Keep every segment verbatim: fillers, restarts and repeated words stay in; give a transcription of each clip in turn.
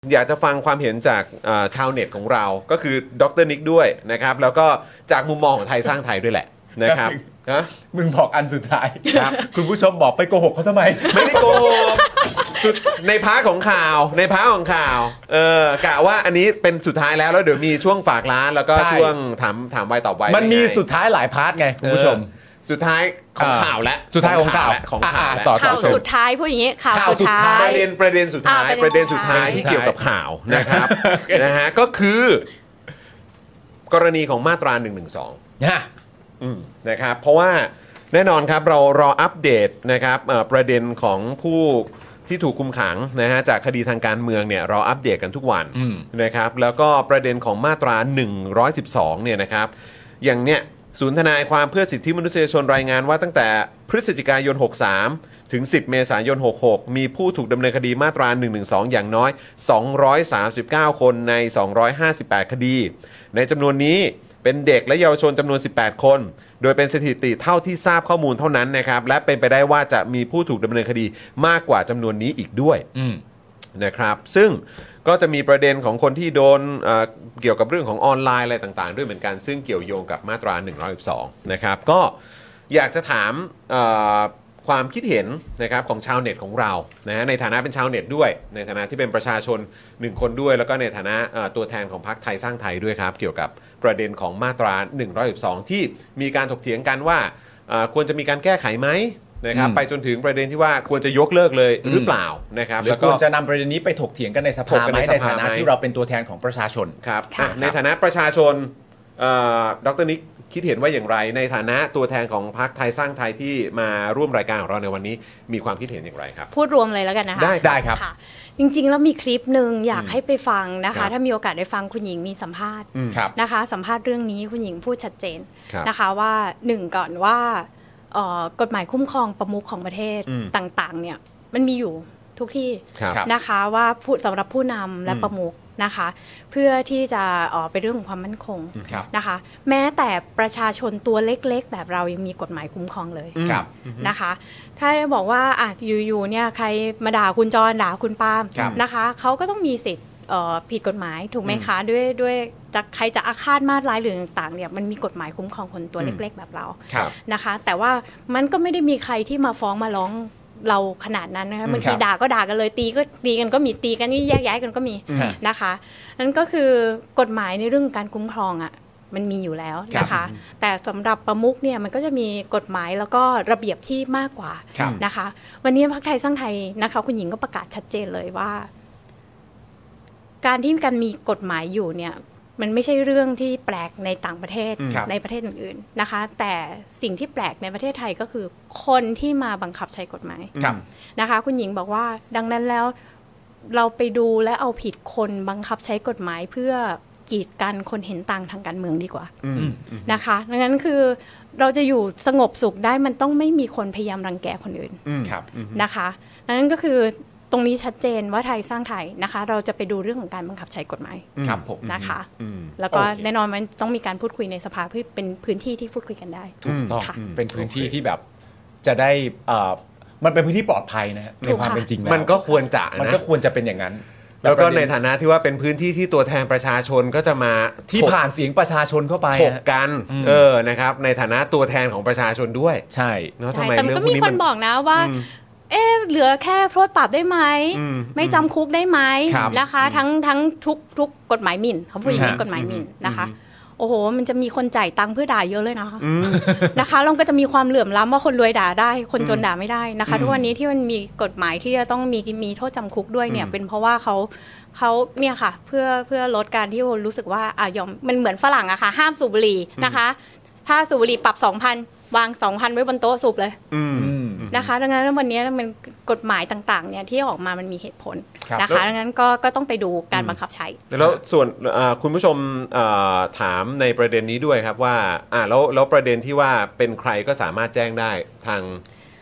อยากจะฟังความเห็นจากชาวเน็ตของเราก็คือดร.นิกด้วยนะครับแล้วก็จากมุมมองของไทยสร้างไทยด้วยแหละนะครับนะมึงบอกอันสุดท้ายครับคุณผู้ชมบอกไปโกหกเขาทำไมไม่ได้โกหกในพาร์ทของข่าวในพาร์ทของข่าวเออกะว่าอันนี้เป็นสุดท้ายแล้วแล้วเดี๋ยวมีช่วงฝากร้านแล้วก็ช่วงถามถามไวตอบไวมันมีสุดท้ายหลายพาร์ทไงคุณผู้ชมสุดท้ายของข่าวและสุดท้ายของข่าวของข่าวต่อข่าวสุดท้ายพูดอย่างงี้ข่าวสุดท้ายประเด็นประเด็นสุดท้ายประเด็นสุดท้ายที่เกี่ยวกับข่าวนะครับนะฮะก็คือกรณีของมาตราหนึ่งหนึ่งสองนะครับเพราะว่าแน่นอนครับเรารออัปเดตนะครับประเด็นของผู้ที่ถูกคุมขังนะฮะจากคดีทางการเมืองเนี่ยเราอัปเดตกันทุกวันนะครับแล้วก็ประเด็นของมาตราหนึ่งร้อยสิบสองเนี่ยนะครับอย่างเนี้ยศูนย์ทนายความเพื่อสิทธิมนุษยชนรายงานว่าตั้งแต่พฤศจิกายนหกสามถึงสิบเมษายนหกหกมีผู้ถูกดำเนินคดีมาตราหนึ่งหนึ่งสองอย่างน้อยสองร้อยสามสิบเก้าคนในสองร้อยห้าสิบแปดคดีในจำนวนนี้เป็นเด็กและเยาวชนจำนวนสิบแปดคนโดยเป็นสถิติเท่าที่ทราบข้อมูลเท่านั้นนะครับและเป็นไปได้ว่าจะมีผู้ถูกดำเนินคดีมากกว่าจำนวนนี้อีกด้วยนะครับซึ่งก็จะมีประเด็นของคนที่โดน เอ่อ เกี่ยวกับเรื่องของออนไลน์อะไรต่างๆด้วยเหมือนกันซึ่งเกี่ยวโยงกับมาตราหนึ่งร้อยสิบสองนะครับก็อยากจะถามความคิดเห็นนะครับของชาวเน็ตของเรานะฮะในฐานะเป็นชาวเน็ตด้วยในฐานะที่เป็นประชาชนหนึ่งคนด้วยแล้วก็ในฐานะตัวแทนของพรรคไทยสร้างไทยด้วยครับเกี่ยวกับประเด็นของมาตราหนึ่งร้อยสิบสองที่มีการถกเถียงกันว่าควรจะมีการแก้ไขไหมนะครับไปจนถึงประเด็นที่ว่าควรจะยกเลิกเลยหรือเปล่านะครับแล้วก็ควรจะนำประเด็นนี้ไปถกเถียงกันในสภาไหมในฐานะที่เราเป็นตัวแทนของประชาชนครับในฐานะประชาชนดร.นิกคิดเห็นว่าอย่างไรในฐานะตัวแทนของพรรคไทยสร้างไทยที่มาร่วมรายการของเราในวันนี้มีความคิดเห็นอย่างไรครับพูดรวมเลยแล้วกันนะคะได้ได้ครับจริงๆแล้วมีคลิปหนึ่งอยากให้ไปฟังนะคะถ้ามีโอกาสได้ฟังคุณหญิงมีสัมภาษณ์นะคะสัมภาษณ์เรื่องนี้คุณหญิงพูดชัดเจนนะคะว่าหนึ่งก่อนว่ากฎหมายคุ้มครองประมุขของประเทศต่างๆเนี่ยมันมีอยู่ทุกที่นะคะว่าสำหรับผู้นำและประมุขนะคะเพื่อที่จะออกเป็นเรื่องของความมั่นคงนะคะแม้แต่ประชาชนตัวเล็กๆแบบเรายังมีกฎหมายคุ้มครองเลยนะคะถ้าบอกว่าอ่ะอยู่ๆเนี่ยใครมาด่าคุณจรด่าคุณปาล์มนะคะเขาก็ต้องมีสิทธิ์ผิดกฎหมายถูกไหมคะด้วยด้วยจะใครจะอาฆาตมาตร้ายหรือต่างๆเนี่ยมันมีกฎหมายคุ้มครองคนตัวเล็กๆแบบเรานะคะแต่ว่ามันก็ไม่ได้มีใครที่มาฟ้องมาร้องเราขนาดนั้นนะคะบางทีด่าก็ด่ากันเลยตีก็ตีกันก็มีตีกันนี่แยกย้ายกันก็มีนะคะนั่นก็คือกฎหมายในเรื่องการคุ้มครองอ่ะมันมีอยู่แล้วนะคะแต่สำหรับประมุขเนี่ยมันก็จะมีกฎหมายแล้วก็ระเบียบที่มากกว่านะคะวันนี้พรรคไทยสร้างไทยนะคะคุณหญิงก็ประกาศชัดเจนเลยว่าการที่การมีกฎหมายอยู่เนี่ยมันไม่ใช่เรื่องที่แปลกในต่างประเทศในประเทศอื่นๆนะคะแต่สิ่งที่แปลกในประเทศไทยก็คือคนที่มาบังคับใช้กฎหมายนะคะคุณหญิงบอกว่าดังนั้นแล้วเราไปดูและเอาผิดคนบังคับใช้กฎหมายเพื่อกีดกันคนเห็นต่างทางการเมืองดีกว่านะคะดังนั้นคือเราจะอยู่สงบสุขได้มันต้องไม่มีคนพยายามรังแกคนอื่นนะคะดังนั้นก็คือตรงนี้ชัดเจนว่าไทยสร้างไทยนะคะเราจะไปดูเรื่องของการบังคับใช้กฎหมายครับผมนะคะแล้วก็แน่นอนมันต้องมีการพูดคุยในสภาเพื่อเป็นพื้นที่ที่พูดคุยกันได้ถูกต้องเป็นพื้นที่ที่แบบจะได้มันเป็นพื้นที่ปลอดภัยนะฮะในความเป็นจริงแล้วมันก็ควรจะมันก็ควรจะเป็นอย่างนั้นแล้วก็ในฐานะที่ว่าเป็นพื้นที่ที่ตัวแทนประชาชนก็จะมาที่ผ่านเสียงประชาชนเข้าไปถกกันเออนะครับในฐานะตัวแทนของประชาชนด้วยใช่แต่ก็มีคนบอกนะว่าเอ๊ะเหลือแค่โทษปรับได้ไหมไม่จำคุกได้ไหมนะคะทั้งทั้งทุกทุกกฎหมายหมิ่นเขาพูดอย่างนี้กฎหมายหมิ่นนะคะโอ้โหมันจะมีคนจ่ายตังค์เพื่อด่าเยอะเลยนะคะนะคะเราก็จะมีความเหลื่อมล้ำว่าคนรวยด่าได้คนจนด่าไม่ได้นะคะทุกวันนี้ที่มันมีกฎหมายที่จะต้องมีมีโทษจำคุกด้วยเนี่ยเป็นเพราะว่าเขาเขาเนี่ยค่ะเพื่อเพื่อลดการที่รู้สึกว่าอ่ะยอมมันเหมือนฝรั่งอะค่ะห้ามสูบบุหรี่นะคะถ้าสูบบุหรี่ปรับ สองพันวาง สองพัน ไว้บนโต๊ะสูบเลยนะคะดังนั้นวันนี้มันกฎหมายต่างๆเนี่ยที่ออกมามันมีเหตุผลนะคะดังนั้นก็ก็ต้องไปดูการบังคับใช้แล้วส่วนคุณผู้ชมถามในประเด็นนี้ด้วยครับว่าอ่าแล้วแล้วประเด็นที่ว่าเป็นใครก็สามารถแจ้งได้ทาง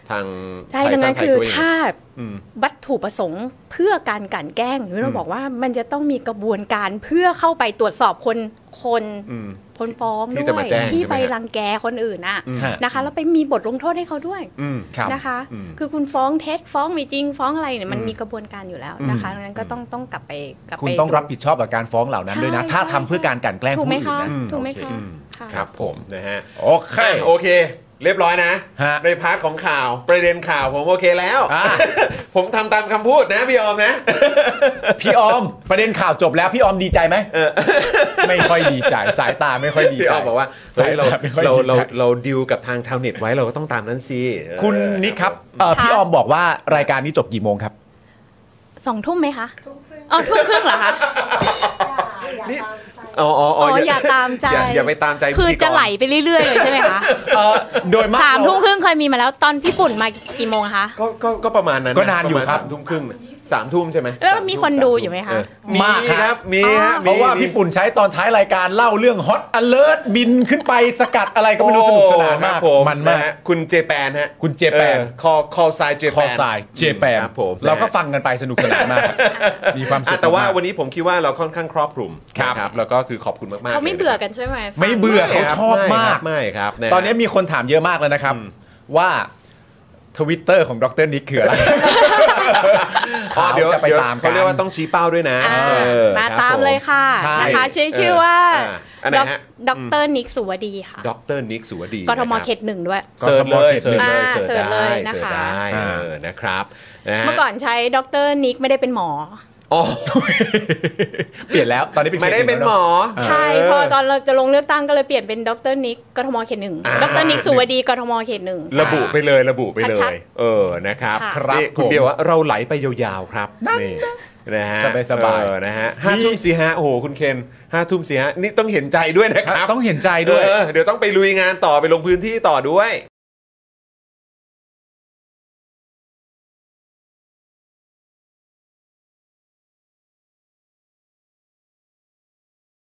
ทางใช่ไทดัยงสร้านั้งนไทยคือด้วยถ้าอืมวัตถุประสงค์เพื่อการกลั่นแกล้งหรือเราบอกว่ามันจะต้องมีกระบวนการเพื่อเข้าไปตรวจสอบคนคนอืมคนฟ้องที่ด้จะวมาย แจ้งที่ใช่ไหมไปฮะรังแกคนอื่นน่ะอืมนะคะแล้วไปมีบทลงโทษให้เขาด้วยอืมครับนะคะอืมคือคุณฟ้องเท็จฟ้องไม่จริงฟ้องอะไรเนี่ยมันอืมมีกระบวนการอยู่แล้วนะคะดังนั้นก็ต้องต้องกลับไปกลับไปคุณต้องรับผิดชอบกับการฟ้องเหล่านั้นด้วยนะใช่ถ้าทำใช่เพื่อการกลั่นแกล้งถูกผู้ไหมอื่นคะนะถูกไหมโอเคคะอืมค่ะครับผมนะฮะโอเคอ่ะโอเค เรียบร้อยนะฮะในพาร์ทของข่าวประเด็นข่าวผมโอเคแล้วอ่ะผมทำตามคำพูดนะพี่ออมนะพี่ออมประเด็นข่าวจบแล้วพี่ออมดีใจไหมไม่ค่อยดีใจสายตาไม่ค่อยดีพี่ใจออมบอกว่าเฮ้ยเราสายตาไม่ค่อยเราดีใจเราเราดิวกับทางชาวเน็ตไว้เราก็ต้องตามนั้นสิคุณนิกครับเอ่อพี่ออมบอกว่ารายการนี้จบกี่โมงครับสองทุ่มไหมคะอ๋อทุ่มครึ่งเหรอคะนี่อ๋ออ๋ออ๋ออย่าตามใจอย่าอย่าไปตามใจคือพิธีกรจะไหลไปเรื่อยๆเลยใช่ไหมคะเอ่อโดยมากสามเราทุ่มครึ่งเคยมีมาแล้วตอนพี่ปุ่นมากี่โมงคะก็ก็ก็ประมาณนั้นก็นานอยู่ปะมณครับสามทุ่มครึ่งสามทุ่มใช่ไหมแล้วสามีทุ่คนดูอยู่ไหมคะเมีมากคครัรับบ มีฮะเพราะว่าพี่ปุ่นใช้ตอนท้ายรายการเล่าเรื่องฮอตอเลิร์ตบินขึ้นไปสกัดอะไรก็ไม่รู้สนุกสนานมากโอ้ครับมันมากะฮะคุณเจแปนฮะคุณเจแปนคอคอไซเจแปนคอทรายเจแปนครับผมเราก็นะฮะฟังกันไปสนุกสนานมาก มีความสุอ่ะขแต่ว่ามกวันนี้ผมคิดว่าเราค่อนข้างครอบคลุมครับนะแล้วก็คือขอบคุณมากๆเขาไม่ลยะเบื่อกันใช่ไหมไม่เบื่อ เขาชอบมากไม่ครับไม่ครับะฮะตอนนี้มีคนถามเยอะมากเลยนะครับ ว่าทวิตเตอร์ของดรนิกคืออะไรอ๋อเดี๋ยวจะไปเดี๋ยวตามกันเขาเรียกว่าต้องชี้เป้าด้วยนะอ่าเออมาครับตามเลยค่ะใช่นะคะชื่อชื่อว่าอ่าอันไหนฮะด็อกเตอร์นิกสุวดีค่ะดรนิกสุวดีกทมนะครับเขตหนึ่งด้วยเสิร์ชเลยเสิร์ชเลยอ่าเสิร์ชเสิร์ชเลได้ยนะคะเสิร์ชได้เออนะครับนะฮะเมื่อก่อนใช้ด็อกเตอร์นิกไม่ได้เป็นหมออ๋อเปลี่ยนแล้วตอนนี้เป็นไม่ได้เป็นหมอใช่พอตอนเราจะลงเลือกตั้งก็เลยเปลี่ยนเป็นด็อกเตอร์นิกกทมเขตหนึ่งอ่าด็อกเตอร์นิกสุวดีกทมเขตหนึ่งระบุไปเลยระบุไปเลชัดย เออนะครับค่ะครับนี่คุณผมเดียวว่าเราไหลไปยาวๆครับนี่นะฮะสบายๆเออนะฮะห้าทุ่มสี่ฮะโอ้โหคุณเคนห้าทุ่มสี่ฮะนี่ต้องเห็นใจด้วยนะครับต้องเห็นใจด้วยเออเดี๋ยวต้องไปลุยงานต่อไปลงพื้นที่ต่อด้วย